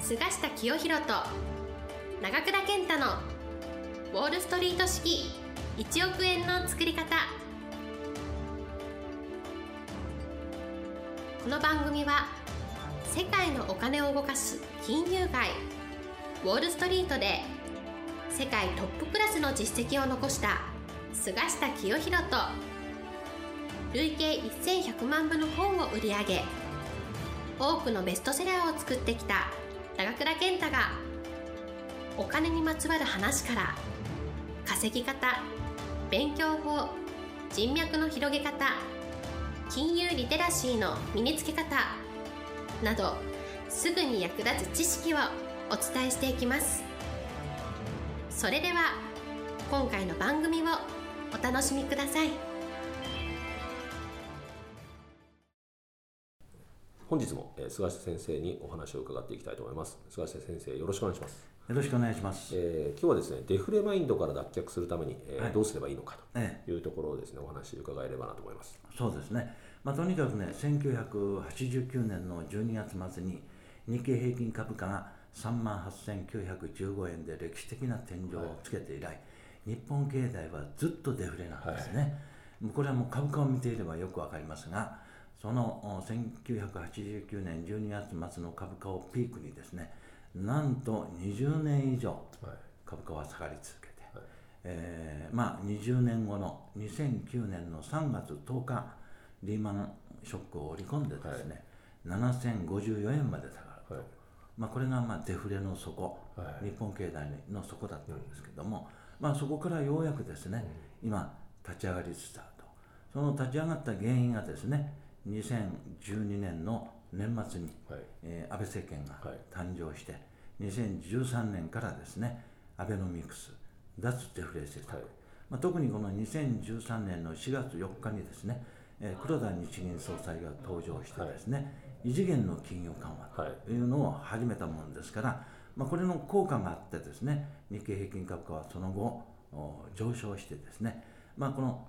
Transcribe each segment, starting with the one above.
菅下清弘と長倉健太のウォールストリート式1億円の作り方。この番組は世界のお金を動かす金融界ウォールストリートで世界トップクラスの実績を残した菅下清弘と累計1100万部の本を売り上げ多くのベストセラーを作ってきた長倉健太がお金にまつわる話から稼ぎ方、勉強法、人脈の広げ方、金融リテラシーの身につけ方などすぐに役立つ知識をお伝えしていきます。それでは今回の番組をお楽しみください。 本日も菅下先生にお話を伺っていきたいと思います。菅下先生、よろしくお願いします。 よろしくお願いします。 今日はですね、デフレマインドから脱却するために、どうすればいいのかというところをですね、お話を伺えればなと思います。 そうですね、とにかくね、1989年の12月末に日経平均株価が38,915円で歴史的な天井をつけて以来、日本経済はずっとデフレなんですね。これはもう株価を見ていればよくわかりますが、その1989年12月末の株価をピークにですね、なんと20年以上株価は下がり続けて、20年後の2009年の3月10日リーマンショックを織り込んでですね、7054円まで下がると、これがデフレの底、日本経済の底だったんですけども、そこからようやくですね、今立ち上がりつつあると。その立ち上がった原因がですね、2012年の年末に、安倍政権が誕生して、2013年からですね、アベノミクス脱デフレ政策、特にこの2013年の4月4日にですね、黒田日銀総裁が登場してですね、異次元の金融緩和というのを始めたものですから、これの効果があってですね、日経平均株価はその後上昇してですね、この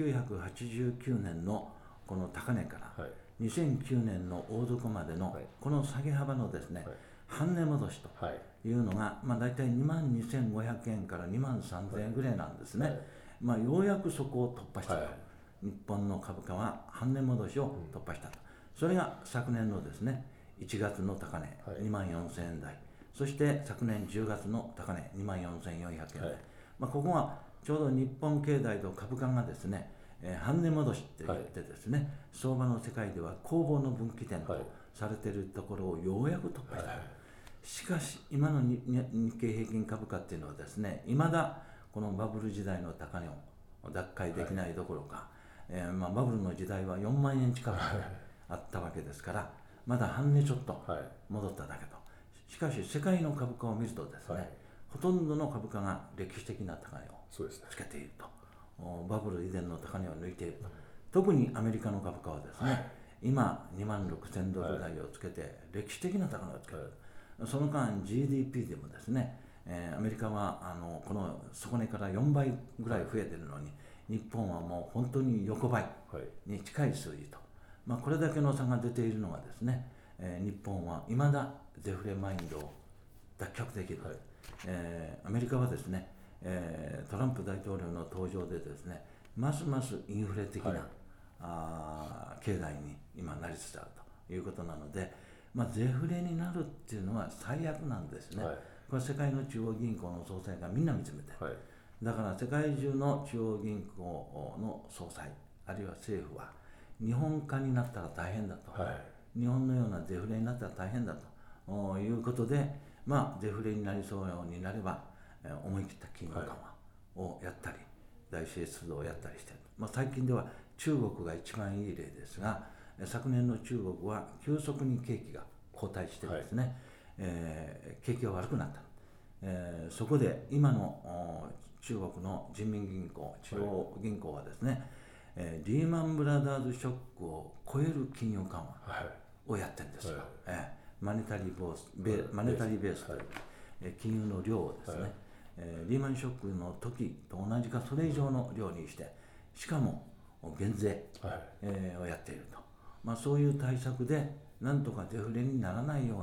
1989年のこの高値から2009年の大底までのこの下げ幅のですね、半値戻しというのが、だいたい22,500円から23,000円ぐらいなんですね。ようやくそこを突破したと、日本の株価は半値戻しを突破したと。それが昨年のですね、1月の高値24,000円台、そして昨年10月の高値24,400円台、ここはちょうど日本経済と株価がですね、半値戻しって言ってですね、相場の世界では攻防の分岐点とされているところをようやく突破した。しかし今の日経平均株価っていうのはですね、いまだこのバブル時代の高値を奪回できないどころか、バブルの時代は4万円近くあったわけですから、まだ半値ちょっと戻っただけと。しかし世界の株価を見るとですね、ほとんどの株価が歴史的な高値をつけていると。バブル以前の高値を抜いていると。特にアメリカの株価はですね、今26,000ドル台をつけて歴史的な高値をつける。その間 GDP でもですね、アメリカはこの底値から4倍ぐらい増えているのに、日本はもう本当に横ばいに近い数字と、これだけの差が出ているのはですね、日本はいまだデフレマインドを脱却できる。アメリカはですね、トランプ大統領の登場でですね、ますますインフレ的な、経済に今なりつつあるということなので、デフレになるっていうのは最悪なんですね。これ世界の中央銀行の総裁がみんな認めて、だから世界中の中央銀行の総裁あるいは政府は日本化になったら大変だと、日本のようなデフレになったら大変だということで、デフレになりそうになれば思い切った金融緩和をやったり、財政出動をやったりしている。最近では中国が一番いい例ですが、昨年の中国は急速に景気が後退してですね、景気が悪くなった。そこで今の中国の人民銀行、中央銀行はですね、リーマンブラザーズショックを超える金融緩和をやってるんですよ。マネタリーベースという、金融の量をですね、リーマンショックの時と同じかそれ以上の量にして、しかも減税、をやっていると。そういう対策でなんとかデフレにならないように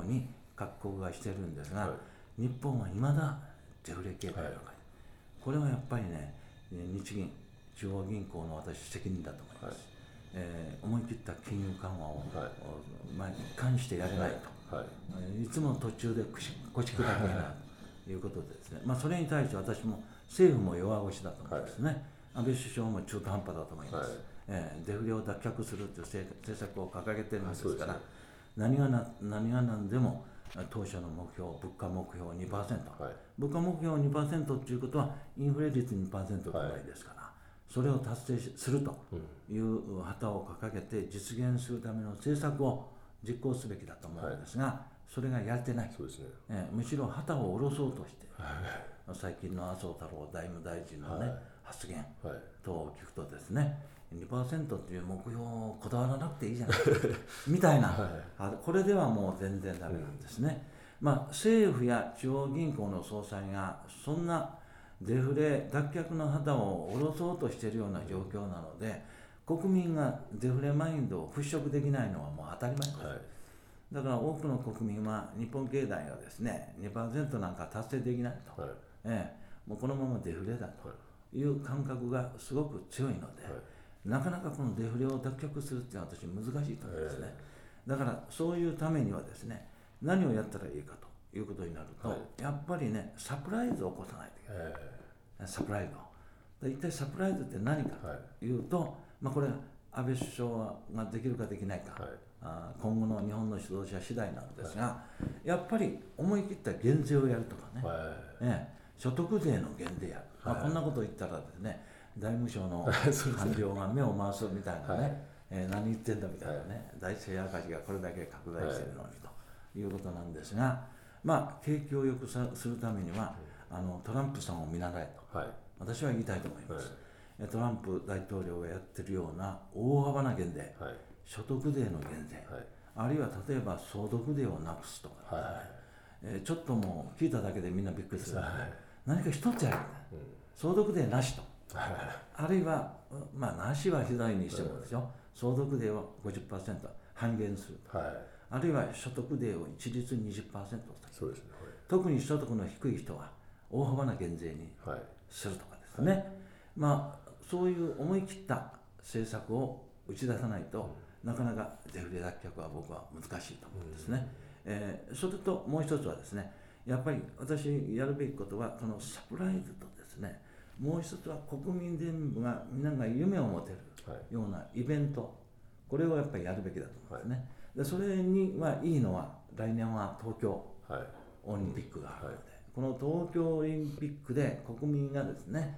各国がしてるんですが、日本はいまだデフレ経済の中で、これはやっぱりね、日銀、中央銀行の私責任だと思います。思い切った金融緩和を、一貫してやれないと、いつも途中で腰砕けなということでですね、それに対して私も政府も弱腰だと思いますね。安倍首相も中途半端だと思います。デフレを脱却するという政策を掲げているんですから、何が何でも当初の目標、物価目標 2%、物価目標 2% ということはインフレ率 2% ぐらいですから、それを達成するという旗を掲げて実現するための政策を実行すべきだと思うんですが、それがやれてない。 そうですね。 むしろ旗を下ろそうとして、最近の麻生太郎大務大臣のね、発言等を聞くとですね、2% という目標をこだわらなくていいじゃないみたいな、これではもう全然ダメなんですね。政府や中央銀行の総裁がそんなデフレ脱却の旗を下ろそうとしているような状況なので、国民がデフレマインドを払拭できないのはもう当たり前です。だから多くの国民は日本経済がですね 2% なんか達成できないと、もうこのままデフレだという感覚がすごく強いので、なかなかこのデフレを脱却するっていうのは私難しいと思うんですね。だからそういうためにはですね、何をやったらいいかということになると、やっぱりね、サプライズを起こさないといけない。サプライズを。一体サプライズって何かというと、これ安倍首相ができるかできないか、今後の日本の指導者次第なんですが、やっぱり思い切った減税をやるとかね、所得税の減税やる、こんなこと言ったらですね、財務省の官僚が目を回すみたいなね、何言ってんだみたいなね、財政赤字がこれだけ拡大しているのにということなんですが、景気を良くするためにはトランプさんを見習えと、私は言いたいと思います。トランプ大統領がやってるような大幅な減税、所得税の減税、あるいは例えば相続税をなくすとか、ちょっともう聞いただけでみんなびっくりする、何か一つやる、相続税なしと、あるいはなしはひどいにしてもですよ、相続税を 50% 半減する、あるいは所得税を一律 20% そうですね、 特に所得の低い人は大幅な減税にするとかですね、そういう思い切った政策を打ち出さないと、なかなかデフレ脱却は僕は難しいと思うんですね。それともう一つはですね、やっぱり私やるべきことは、そのサプライズとですね、もう一つは国民全部がみんなが夢を持てるようなイベント、これをやっぱりやるべきだと思うんですね。でそれにはいいのは、来年は東京オリンピックがあるので、この東京オリンピックで国民がですね、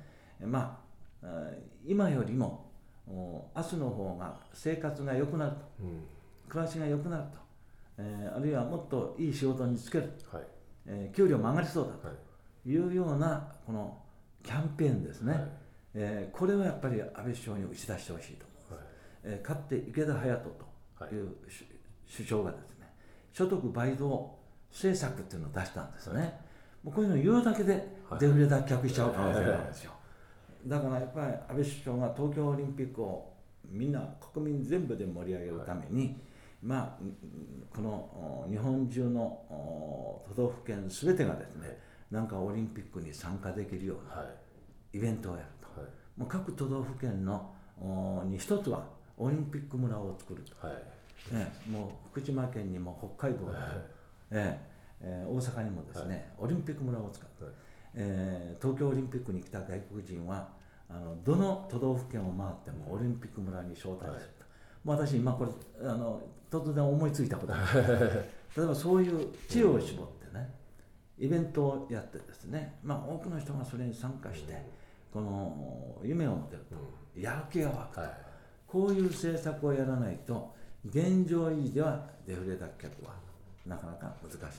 今よりも明日の方が生活が良くなると、暮らしが良くなると、あるいはもっといい仕事に就ける、給料も上がりそうだというようなこのキャンペーンですね、これはやっぱり安倍首相に打ち出してほしいと思います。かつて池田勇人という首相がですね、所得倍増政策っていうのを出したんですね。もうこういうのを言うだけでデフレ脱却しちゃう可能性があるんですよ。だからやっぱり安倍首相が東京オリンピックをみんな国民全部で盛り上げるために、この日本中の都道府県全てがですね、なんかオリンピックに参加できるようなイベントをやると、もう各都道府県のに一つはオリンピック村を作ると、もう福島県にも北海道にも、大阪にもですね、オリンピック村を作る、東京オリンピックに来た外国人はどの都道府県を回ってもオリンピック村に招待すると、私今これ突然思いついたことなんです例えばそういう知恵を絞ってね、イベントをやってですね、多くの人がそれに参加してこの夢を持てると、やる気が湧くと、こういう政策をやらないと現状維持ではデフレ脱却はなかなか難しいと思います。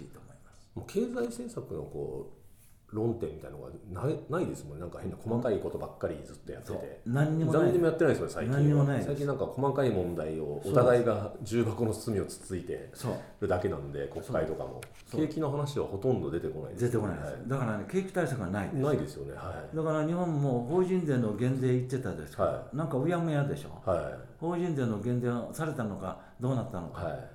もう経済政策の論点みたいなのがないですもんね。なんか変な細かいことばっかりずっとやってて、 何にもやってないですよ最近は。 何にもないです。 最近なんか細かい問題をお互いが重箱の隅をつついてるだけなんで、国会とかも景気の話はほとんど出てこないです。 出てこないです。だからね、景気対策がないです。 ないですよね。 だから日本も法人税の減税言ってたですけど、なんかうやむやでしょ。法人税の減税されたのかどうなったのか、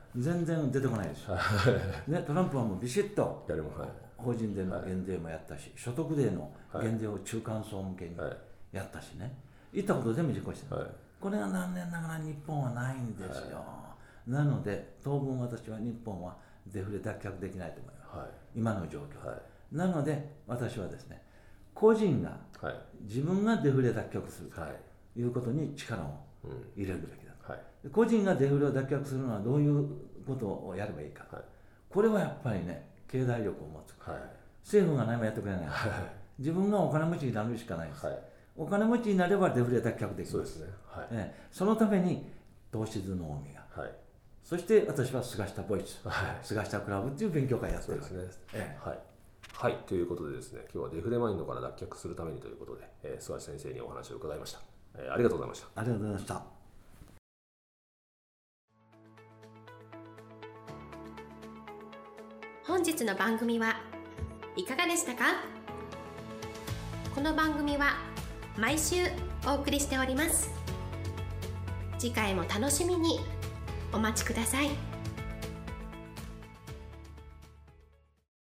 全然出てこないですよ、ね、トランプはもうビシッとやりも、 法人税の減税もやったし、所得税の減税を中間層向けにやったしね、言ったこと全部実行してる、これが残念ながら日本はないんですよ、なので当分私は日本はデフレ脱却できないと思います、今の状況、なので私はですね、個人が自分がデフレ脱却するということに力を入れるべきだと、個人がデフレを脱却するのはどういうことをやればいいか、これはやっぱりね、経済力を持つ、政府が何もやってくれない、自分がお金持ちになるしかないです、お金持ちになればデフレ脱却できます。そのために投資頭脳みが、そして私は菅下ボイス、菅下クラブっていう勉強会やってるわけです。 はい、ということでですね、今日はデフレマインドから脱却するためにということで、菅下先生にお話を伺いました。ありがとうございました。 ありがとうございました。 本日の番組はいかがでしたか？この番組は毎週お送りしております。次回も楽しみにお待ちください。